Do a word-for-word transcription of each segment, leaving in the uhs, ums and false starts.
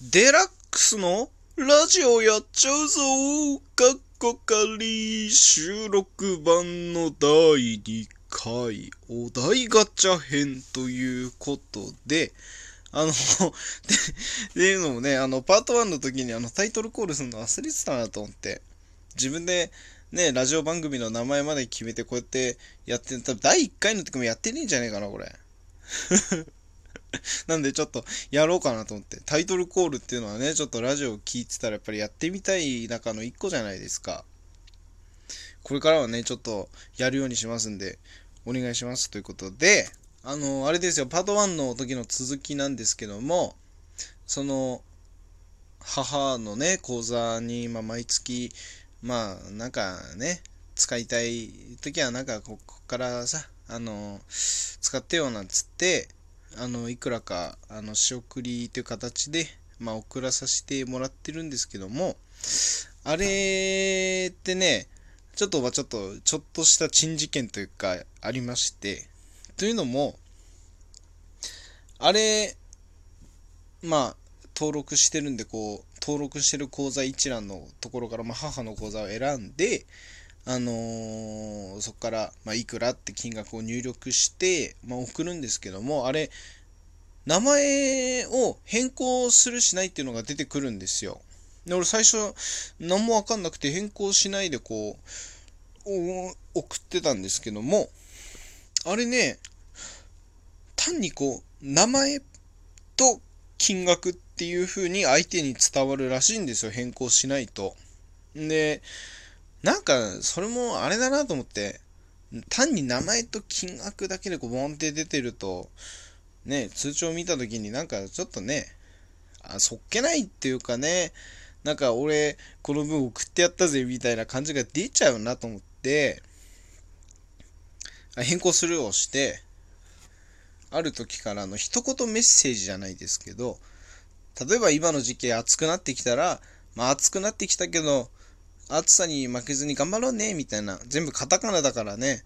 デラックスのラジオやっちゃうぞ。かっこかり収録版のだいにかいお題ガチャ編ということで、あの、で、でいうのもね、あの、パートワンの時にあのタイトルコールするの忘れてたなと思って、自分でね、ラジオ番組の名前まで決めてこうやってやってた、だいいっかいの時もやってねえんじゃねえかな、これ。なんでちょっとやろうかなと思って。タイトルコールっていうのはね、ちょっとラジオを聞いてたらやっぱりやってみたい中の一個じゃないですか。これからはね、ちょっとやるようにしますんで、お願いしますということで、あの、あれですよ、パートワンの時の続きなんですけども、その、母のね、講座に、まあ、毎月、まあ、なんかね、使いたい時は、なんか、ここからさ、あの、使ってよなんつって、あの、いくらか、あの、仕送りという形で、まあ、送らさせてもらってるんですけども、あれってね、ちょっと、まあ、ちょっと、ちょっとした珍事件というか、ありまして、というのも、あれ、まあ、登録してるんで、こう、登録してる口座一覧のところから、まあ、母の口座を選んで、あのーそこから、まあ、いくらって金額を入力して、まあ、送るんですけども、あれ、名前を変更するしないっていうのが出てくるんですよ。で、俺最初、何もわかんなくて変更しないでこう、送ってたんですけども、あれね、単にこう、名前と金額っていう風に相手に伝わるらしいんですよ、変更しないと。で、なんか、それもあれだなと思って、単に名前と金額だけでこうボンって出てると、ね、通帳見た時になんかちょっとね、あ、そっけないっていうかね、なんか俺、この分送ってやったぜみたいな感じが出ちゃうなと思って、変更するをして、ある時からの一言メッセージじゃないですけど、例えば今の時期暑くなってきたら、まあ暑くなってきたけど、暑さに負けずに頑張ろうね、みたいな。全部カタカナだからね。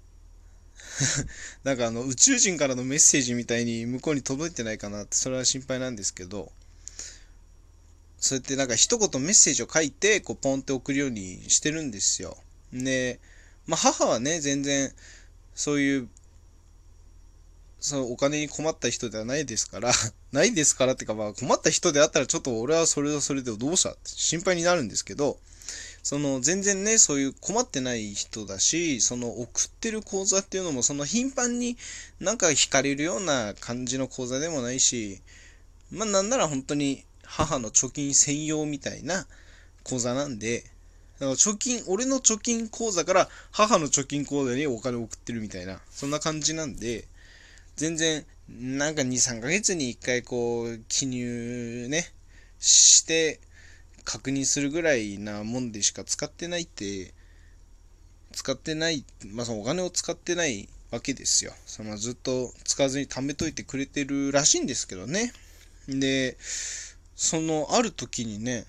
なんかあの宇宙人からのメッセージみたいに向こうに届いてないかなって、それは心配なんですけど、そうやってなんか一言メッセージを書いて、こうポンって送るようにしてるんですよ。で、まあ母はね、全然そういうそのお金に困った人ではないですからないですからってか、まあ困った人であったらちょっと俺はそれはそれでどうしたって心配になるんですけど、その全然ね、そういう困ってない人だし、その送ってる口座っていうのもその頻繁になんか引かれるような感じの口座でもないし、まあなんなら本当に母の貯金専用みたいな口座なんで、だから貯金、俺の貯金口座から母の貯金口座にお金を送ってるみたいな、そんな感じなんで、全然、なんかに、さんかげつにいっかいこう、記入ね、して確認するぐらいなもんでしか使ってないって、使ってない、まあそのお金を使ってないわけですよ。そのずっと使わずに貯めといてくれてるらしいんですけどね。で、そのある時にね、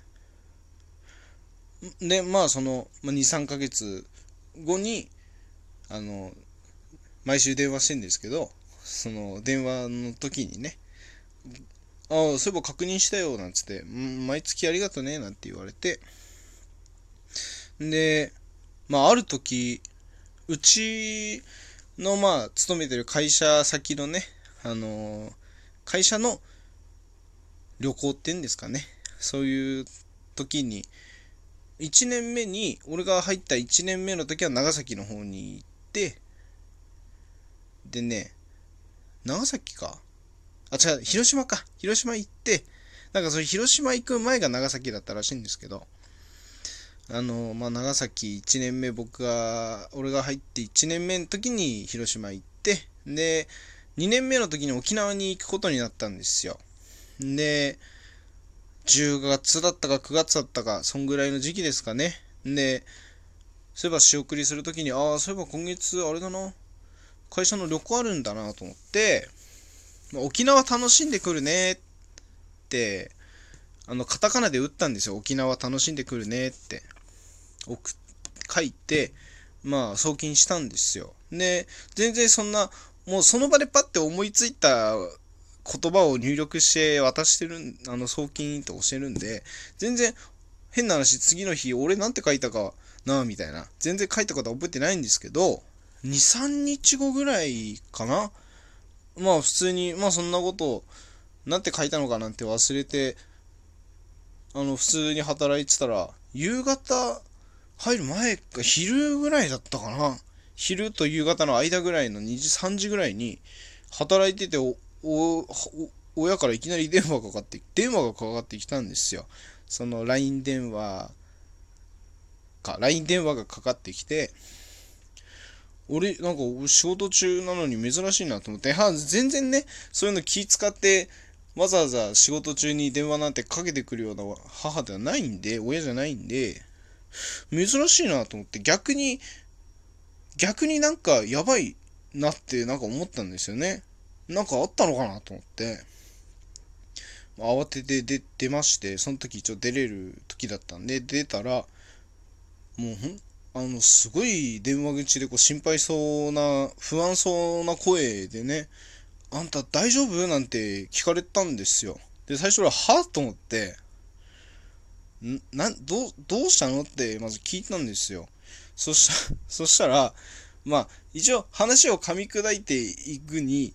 で、まあその、まあ、に、さんかげつごに、あの、毎週電話してんですけど、その電話の時にね、ああ、そういえば確認したよ、なんつって、ん毎月ありがとね、なんて言われて、で、まあ、ある時、うちの、まあ、勤めてる会社先のね、あのー会社の旅行っていうんですかね、そういう時に、いちねんめに、俺が入ったいちねんめの時は長崎の方に行って、でね、長崎かあ、違う、広島か。広島行って、なんかそれ広島行く前が長崎だったらしいんですけど、あの、まあ、長崎いちねんめ、僕が、俺が入っていちねんめの時に広島行って、で、にねんめの時に沖縄に行くことになったんですよ。で、じゅうがつだったかくがつだったか、そんぐらいの時期ですかね。で、そういえば仕送りするときに、ああ、そういえば今月、あれだな、会社の旅行あるんだなと思って、まあ、沖縄楽しんでくるねって、あの、カタカナで打ったんですよ。沖縄楽しんでくるねって。送書いて、まあ、送金したんですよ。で、全然そんな、もうその場でパッて思いついた言葉を入力して渡してるん、あの、送金と教えるんで、全然、変な話、次の日、俺なんて書いたかな、みたいな。全然書いたことは覚えてないんですけど、に、さんにちごぐらいかな。まあ普通に、まあそんなことなんて書いたのかなんて忘れて、あの、普通に働いてたら、夕方入る前か、昼ぐらいだったかな。昼と夕方の間ぐらいのにじ、さんじぐらいに、働いてて、お、お、親からいきなり電話がかかって、電話がかかってきたんですよ。その ライン 電話か、ライン 電話がかかってきて、俺、なんか仕事中なのに珍しいなと思って、は、全然ね、そういうの気使って、わざわざ仕事中に電話なんてかけてくるような母ではないんで、親じゃないんで、珍しいなと思って、逆に、逆になんかやばいなってなんか思ったんですよね。なんかあったのかなと思って、慌てて出、出まして、その時一応出れる時だったんで、出たら、もうほん、あの、すごい電話口でこう心配そうな、不安そうな声でね、あんた大丈夫なんて聞かれたんですよ。で、最初は、はと思って、ん、なん、どう、どうしたのってまず聞いたんですよ。そした、そしたら、まあ、一応話を噛み砕いていくに、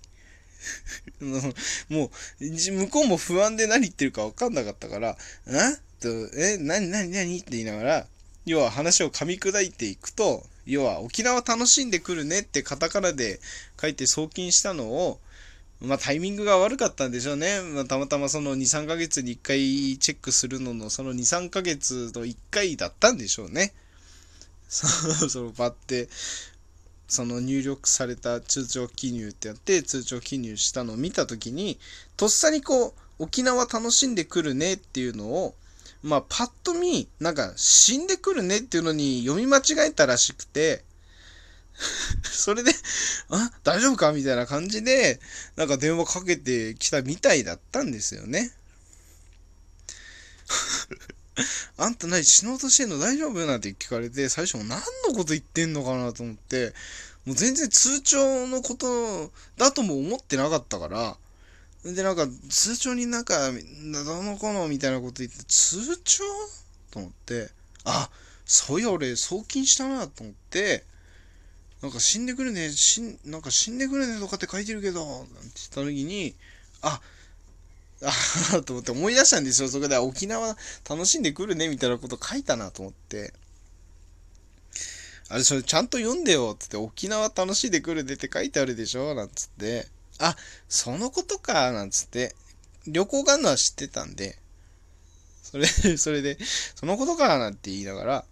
もう、向こうも不安で何言ってるか分かんなかったから、んと、え、なになになにって言いながら、要は話を噛み砕いていくと、要は沖縄楽しんでくるねってカタカナで書いて送金したのを、まあタイミングが悪かったんでしょうね。まあ、たまたまそのに、さんかげつにいっかいチェックするののそのに、さんかげつのいっかいだったんでしょうね。そそのバッて、その入力された通帳記入ってやって通帳記入したのを見たときに、とっさにこう、沖縄楽しんでくるねっていうのを、まあパッと見、なんか死んでくるねっていうのに読み間違えたらしくて、それで、あ、大丈夫かみたいな感じで、なんか電話かけてきたみたいだったんですよね。あんた何死のうとしてんの大丈夫なんて聞かれて、最初何のこと言ってんのかなと思って、もう全然通帳のことだとも思ってなかったから、で、なんか通帳になんか、どの子のみたいなこと言って、通帳と思って、あ、そういや俺送金したなと思って、なんか死んでくるね、死ん、なんか死んでくるねとかって書いてるけど、なんて言った時に、あ、あと思って思い出したんですよ。そこで沖縄楽しんでくるねみたいなこと書いたなと思って。あれ、それちゃんと読んでよって言って、沖縄楽しんでくるねって書いてあるでしょなんつって。あ、そのことかなんつって。旅行があるのは知ってたんで、それ、それで、そのことかなんて言いながら、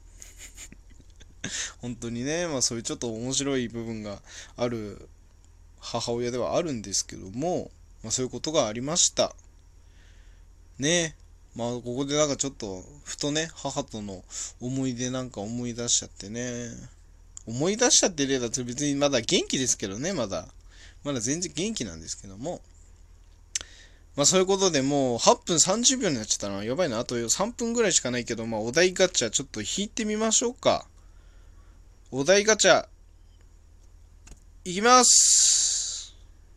本当にね、まあそういうちょっと面白い部分がある母親ではあるんですけども、まあそういうことがありました。ね。まあここでなんかちょっとふとね母との思い出なんか思い出しちゃってね、思い出しちゃって例だと別にまだ元気ですけどね、まだまだ全然元気なんですけども、まあそういうことでもうはっぷんさんじゅうびょうになっちゃったな。やばいな。あとさんぷんぐらいしかないけど、まあお題ガチャちょっと引いてみましょうか。お題ガチャいきます。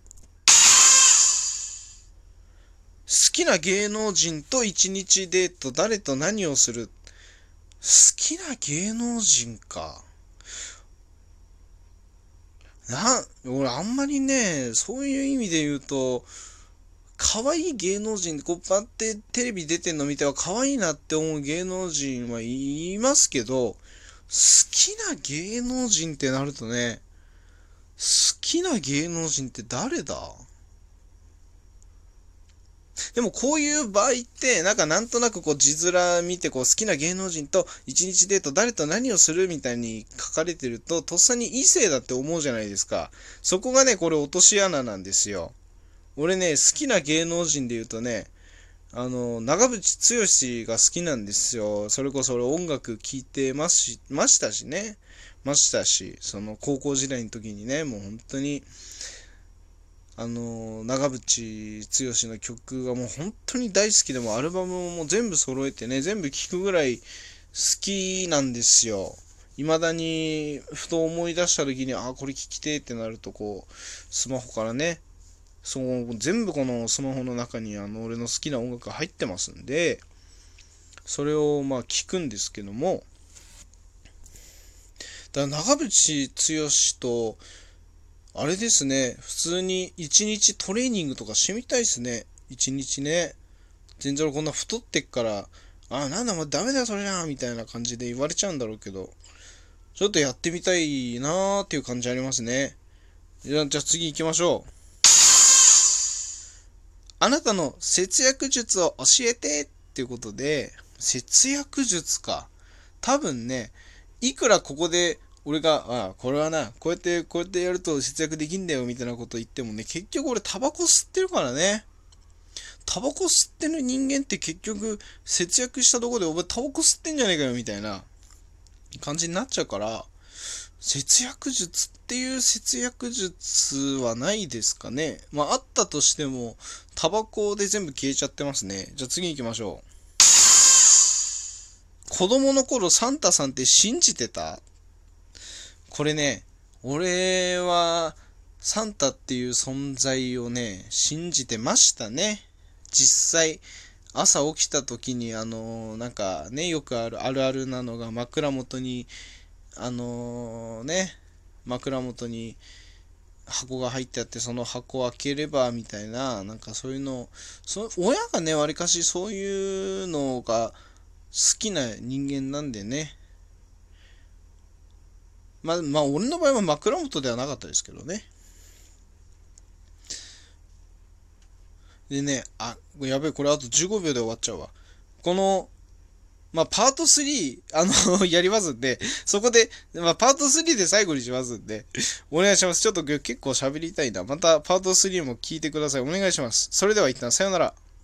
好きな芸能人と一日デート、誰と何をする。好きな芸能人か。な、俺あんまりね、そういう意味で言うと、可愛い芸能人、こうパってテレビ出てんの見ては可愛いなって思う芸能人はいますけど、好きな芸能人ってなるとね、好きな芸能人って誰だ。でもこういう場合って、なんかなんとなくこう字面見てこう好きな芸能人と一日デート誰と何をするみたいに書かれてると、とっさに異性だって思うじゃないですか。そこがね、これ落とし穴なんですよ。俺ね、好きな芸能人で言うとね、あの、長渕剛が好きなんですよ。それこそ俺音楽聴いてますし、ましたしね。ましたし、その高校時代の時にね、もう本当に、あの長渕剛の曲がもう本当に大好きで、もアルバムももう全部揃えてね、全部聴くぐらい好きなんですよ。未だにふと思い出した時に、あ、これ聴きてーってなるとこうスマホからね、 その全部このスマホの中にあの俺の好きな音楽が入ってますんで、それをまあ聞くんですけども、だから長渕剛と、あれですね、普通に一日トレーニングとかしてみたいですね。一日ね。全然俺こんな太ってっから、あ、なんだもうダメだよそれじゃんみたいな感じで言われちゃうんだろうけど、ちょっとやってみたいなーっていう感じありますね。じゃあ、じゃあ次行きましょう。あなたの節約術を教えてっていうことで、節約術か。多分ね、いくらここで俺が、あ、これはな、こうやって、こうやってやると節約できんだよみたいなこと言ってもね、結局俺タバコ吸ってるからね。タバコ吸ってる人間って結局節約したところでお前タバコ吸ってんじゃねえかよみたいな感じになっちゃうから、節約術っていう節約術はないですかね。まああったとしてもタバコで全部消えちゃってますね。じゃあ次行きましょう。子供の頃サンタさんって信じてた？これね、俺はサンタっていう存在をね信じてましたね。実際朝起きた時にあのなんかね、よくあるあるあるなのが、枕元にあのね枕元に箱が入ってあって、その箱を開ければみたいな、なんかそういうの、そ親がねわりかしそういうのが好きな人間なんでね。まあまあ俺の場合は枕元ではなかったですけどね。でね、あ、やべえ、これあとじゅうごびょうで終わっちゃうわ。この、まあ、パートスリー、あのやりますんで、そこで、まあ、パートスリーで最後にしますんで、お願いします。ちょっと結構喋りたいな。また、パートスリーも聞いてください。お願いします。それでは一旦、さよなら。